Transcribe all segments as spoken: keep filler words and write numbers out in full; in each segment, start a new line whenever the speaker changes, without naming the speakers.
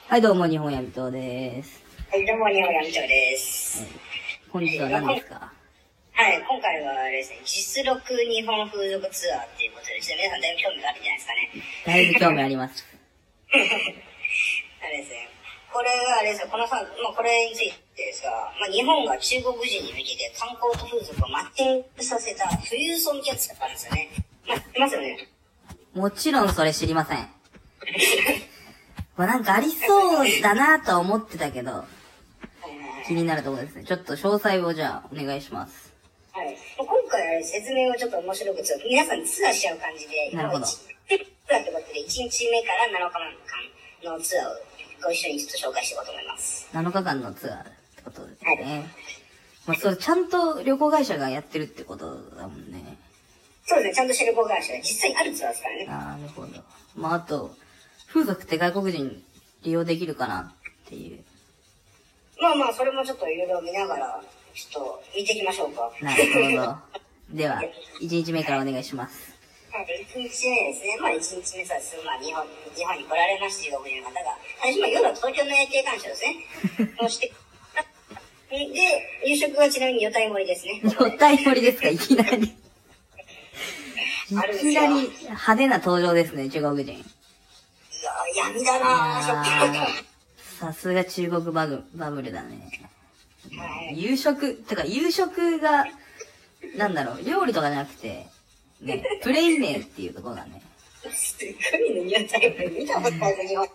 はい、どうも、日本闇党です。
はい、どうも、日本闇党です。はい、
本日は何ですか？
はい、今回はあれですね、実録日本風俗ツアーっていうことで、皆さんだいぶ興味があるんじゃないですかね。
だいぶ興味あります。
あれですね、これはあれですよ、このさ、まあ、これについてですが、まあ、日本が中国人に向けて観光と風俗をマッチングさせた富裕層キャッチがあるんですよね。まあ、知ってますよね。
もちろんそれ知りません。まあなんかありそうだなとは思ってたけど、気になるところですね。ちょっと詳細をじゃあお願いします。
はい。今回説明をちょっと面白く、皆さんにツアーしちゃう感じで、
なるほど。
ツアーってことでいちにちめからなのかかんのツアーをご一緒にちょっと紹介していこうと思います。
なのかかんのツアーってことですね。はい。まあそれちゃんと旅行会社がやってるってことだもんね。
そうですね、ちゃんとした旅行会社が実際にあるツアーですからね。
ああ、なるほど。まああと、風俗って外国人利用できるかなっていう。
まあまあ、それもちょっといろいろ見ながら、ちょっと見ていきましょうか。
なるほど。では、いちにちめからお願いします。
はい、いちにちめですね。まあいちにちめさ、まあ日本、日本に来られました中国人の方が、最初まあ夜は東京の夜景鑑賞ですね。そして、で、夕食はちなみに屋台盛りですね。
屋台盛りですか、いきなり。いきなり派手な登場ですね、中国人。
いやー、闇だなー、ショック。
さすが中国バグバブルだね。はい、夕食、てか夕食が、なんだろう、料理とかじゃなくて、ね、プレイ名っていうところだね。
神の屋台盛り見たことないですよ。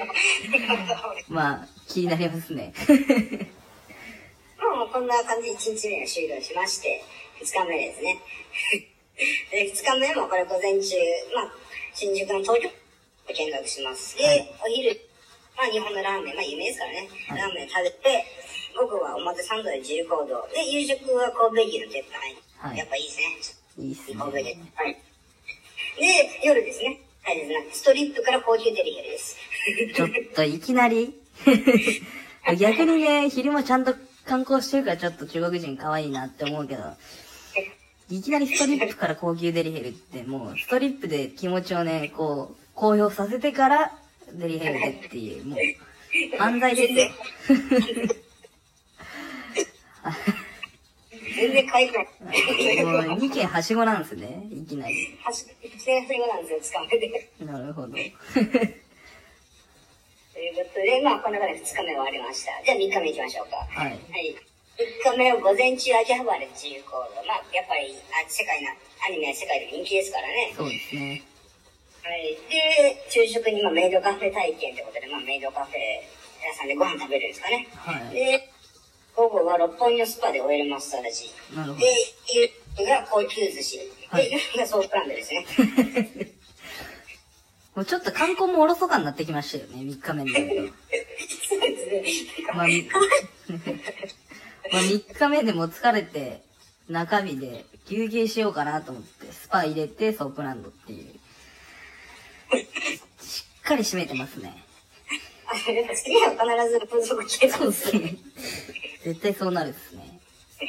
まあ、気になりますね。
もうこんな感じでいちにちめが終了しまして、ふつかめですね。でふつかめもこれ午前中、まあ、新宿の東京見学します。で、はい、お昼、まあ日本のラーメン、まあ有名ですからね、はい、ラーメン食べて、午後は表参道で自由行動。で、夕食は神戸牛の鉄板。はい、やっぱいいですね。
いいっすね。
神戸で。はい。で、夜ですね。はいですね。ストリップから高級デリヘルです。
ちょっといきなり逆にね、昼もちゃんと観光してるからちょっと中国人可愛いなって思うけど、いきなりストリップから高級デリヘルってもう、ストリップで気持ちをね、こう、公表させてからデリヘルでっていう、もう、犯罪ですよ。
全然可愛くない。
もうにけんはしごなんですね、いきなり。
はしご、いちけんはしごなんですよ、つかめで。
なるほど。という
ことで、まあ、こんな感じでふつかめが終わりました。じゃあみっかめ行きましょうか。
はい。はい。
みっかめは午前中秋葉原で自由行動。まあ、やっぱり、あ世界な、アニメは世界でも人気ですからね。
そうですね。
はい。で、昼食にまあメイドカフェ体験ということで、まあメイドカフェ屋さんでご飯食べるんですかね。
はい。で、
午後は六本木のスパでオイルマッサージ。
なるほど。
で、夕が高級寿司。はい、で、夜がソープランドですね。
もうちょっと観光もおろそかになってきましたよね、みっかめで。
そうですね。
まあ、まあ、みっかめでも疲れて、中日で休憩しようかなと思って、スパ入れてソープランドっていう。しっかり締めてますね。
あ、やっぱ次は必ず風俗系
そうですね。絶対そうなるっすね。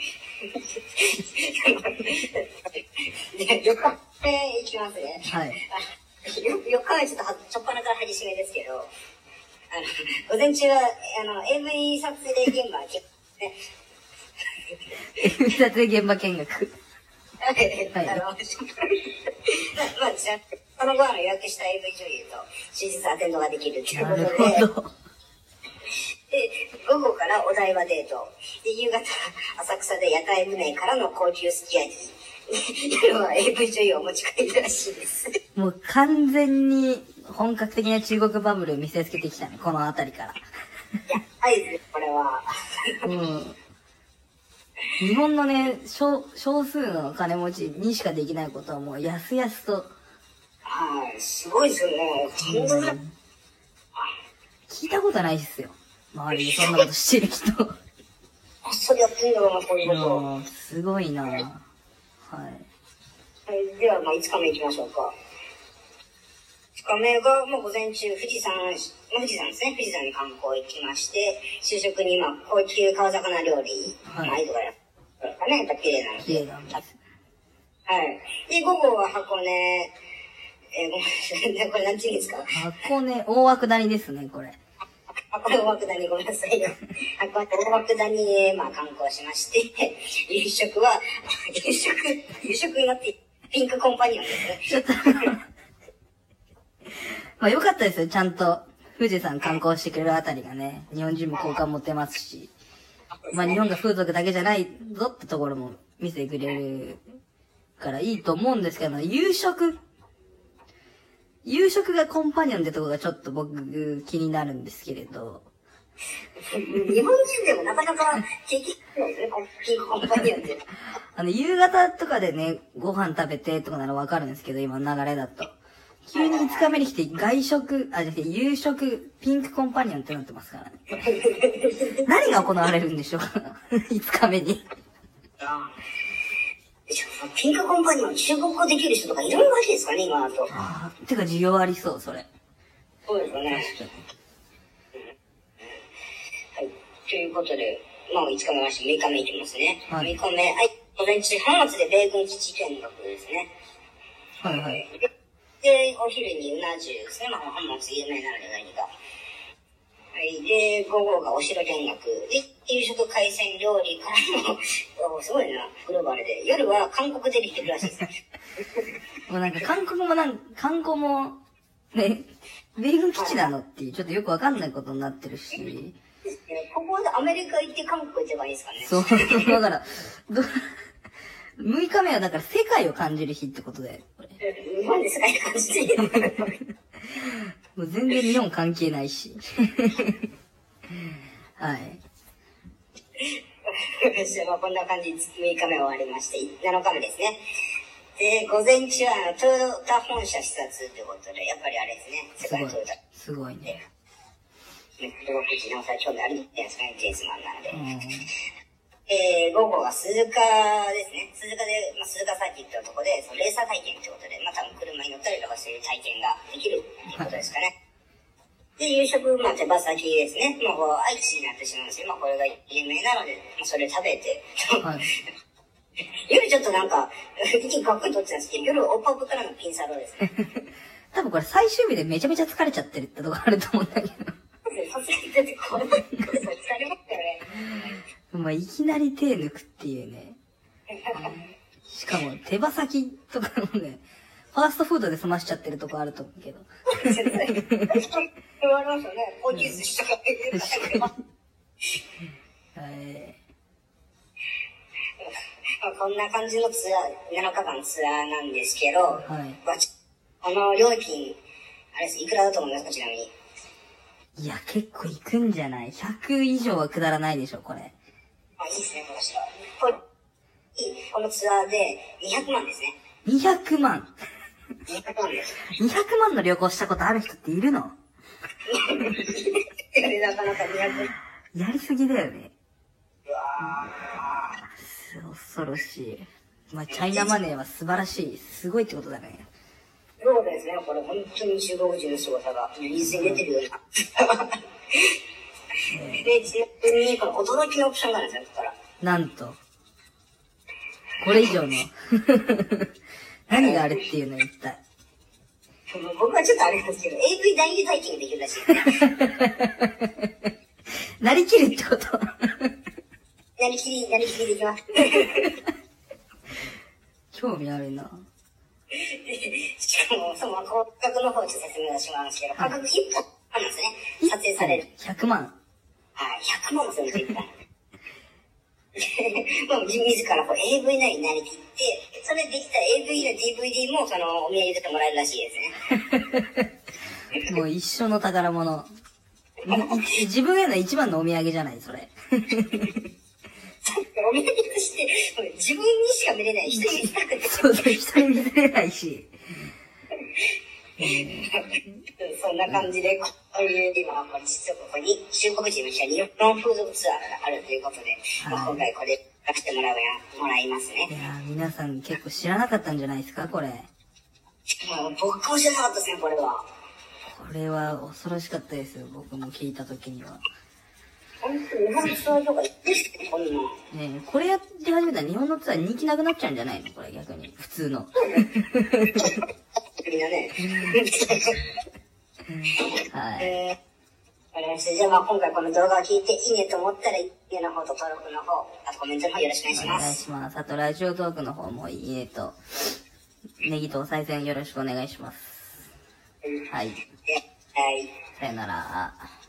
よっかめいきますね。
はい。
よっかめちょっとは、ちょっぱなから張り締めですけど、あの、午前中は、あの、エーブイ 撮影現場、ね。
エーブイ 撮影現場見学。
はい。あの、まあ、じゃその後は予約した エーブイ 女優と、終日アテンドができるということで。
なるほど。
で、午後からお台場デート。で、夕方、浅草で屋台船からの高級すき焼き。夜は エーブイ 女優を持ち帰るらしいです。
もう完全に本格的な中国バブル見せつけてきたね、このあたりから。い
や、はいです、これは。
うん。日本のね、少、少数の金持ちにしかできないことはもうやすやすと。
はい、すごいですよね。うん、
聞いたことないっすよ。周りでそんなことしてる人。
あっそりやってんだろうな、こういうこと。
すごいな。はい。
はい、では、まあ、いつかめ行きましょうか。いつかめが、もう午前中、富士山、富士山ですね。富士山に観光行きまして、昼食に、まあ、高級川魚料理。はい。まあ、いいとかやっぱね、やっぱ綺麗なんで。
綺麗なんです。
はい。で、午後は箱根、えー、ごめんなさい。これ何て言うんですか？
箱根、大涌谷ですね、これ。
箱根大涌谷ごめんなさいよ。箱根大涌谷へ、まあ、観光しまして、夕食は、夕食、夕食になって、ピンクコンパニオンですね。ちょっと、
まあ良かったですよ。ちゃんと、富士山観光してくれるあたりがね、日本人も好感持てますし、まあ日本が風俗だけじゃないぞってところも見せてくれるからいいと思うんですけど、夕食、夕食がコンパニオンってところがちょっと僕気になるんですけれど。
日本人でもなかなか経験ないですね、ピンクコンパニオンって。
あの、夕方とかでね、ご飯食べてとかならわかるんですけど、今の流れだと。急にいつかめに来て、外食、あ、じゃなくて夕食、ピンクコンパニオンってなってますからね。何が行われるんでしょうかいつかめに。
ピンクコンパニオン中国語できる人とかいるわけですかね、今だと。
ああ、てか需要ありそう、それ。
そうですよね。はい。ということで、まあいつかめまして、みっかめいきますね。はい、みっかめ、はい。午前中、浜松で米軍基地見学ですね。
はいはい。
で、お昼にうな重ですね。まあ、浜松有名なので何か。はい。で、午後がお城見学。で、夕食海鮮料理からの、すごいな、グローバルで。夜は韓国デリ来てるらしいです。
もうなんか韓国もなんか、韓国も、ね、米軍基地なのっていう、ちょっとよくわかんないことになってるし。
ここでアメリカ行って韓国行けばいいですかね。
そう、だから、ど、むいかめはだから世界を感じる日ってことで。
日本で世界感じてる。
もう全然日本関係ないし。はい。
まあこんな感じでむいかめ終わりまして、なのかめですね。で、午前中はあのトヨタ本社視察ということで、やっぱりあれですね、世界トヨタ。
すごいね。
ね、どう富士のさ興味あるんじゃないですかね、ジェイスマンなので。うんえー、午後は鈴鹿ですね。鈴鹿で、まあ、鈴鹿サーキットのところで、そのレーサー体験ということで、まあ、多分車に乗ったりとかそういう体験ができるということですかね。で、夕食、まあ、手羽先ですね。まあ、こう、愛知になってしまうんですけど、まあ、これが有名なので、まあ、それを食べて、はい、夜ちょっとなんか、一気にかっこいいとってたんですけど、夜オパオパからのピンサロですね。
多分これ最終日でめちゃめちゃ疲れちゃってるってとこあると思うんだけど。
さすがにだってこれ、疲れますよね。
まあ、いきなり手抜くっていうね。しかも、手羽先とかもね、ファーストフードで済ましちゃってるとこあると思うけど。
言われますよね。高級寿司とか言うはい。こんな感じのツアー、なのかかんツアーなんですけど、はい、この料金、あれです、いくらだと思いますか、ちなみに。
いや、結構いくんじゃない ?ひゃく 以上はくだらないでしょ、これ。
あ、いいですね、この人。これ、このツアーでにひゃくまんですね。
にひゃくまん ?
にひゃくまんです。
にひゃくまんの旅行したことある人っているのなか
なかにひゃ
く。やりすぎだよね。
うわ
ぁ。恐ろしい。まあ、チャイナマネーは素晴らしい。すごいってことだね。
そうですね、これ本当に中国人の凄さが水に出てるような。で、ちなみに、この驚きのオプションがあるんですよ、ここから。
なんと。これ以上の。何があれっていうの、一体。
僕はちょっとあれなんですけど、エーブイ 男優体験ができるらしい、ね。
なりきるってこと
なりきり、なりきりできます。
興味あるな。
しかも、その価格の方をちょっと説明しますけど、価格いっぽんあるんですね。撮影される。
ひゃくまん。
はい、ひゃくまんもするんですよ、いっぽん。もう自らこう エーブイ なりになりきって、それできた エーブイ の ディーブイディー もそのお土産でもらえるらしいですね。
もう一生の宝物。自分への一番のお土産じゃない、それ。
お土産として、自分にしか見れない、人に見せたくて。
そうそう、人に見せれないし。
そんな感じで、こういう今、実はここに中国人の人に日本風俗ツアーがあるということで、はいまあ、今回これ出してもらうやもらいますね。
いやー、皆さん結構知らなかったんじゃないですか、これ。
もう僕も知らなかったですね、これは。
これは恐ろしかったですよ、僕も聞いたときには。
本当に日本のツアーとかですね、こんな。ね
え、これやって始めたら日本のツアー人気なくなっちゃうんじゃないのこれ逆に。普通の。
みんなね。
はい。
えわかりました。じゃあまあ今回この動画を聞いていいねと思ったら、いいねの方と登録の方、あとコメントの方よろしくお願いします。
お願いします。あとラジオトークの方もいいねと、ネギと再生よろしくお願いします。はい。
はい。
さよなら。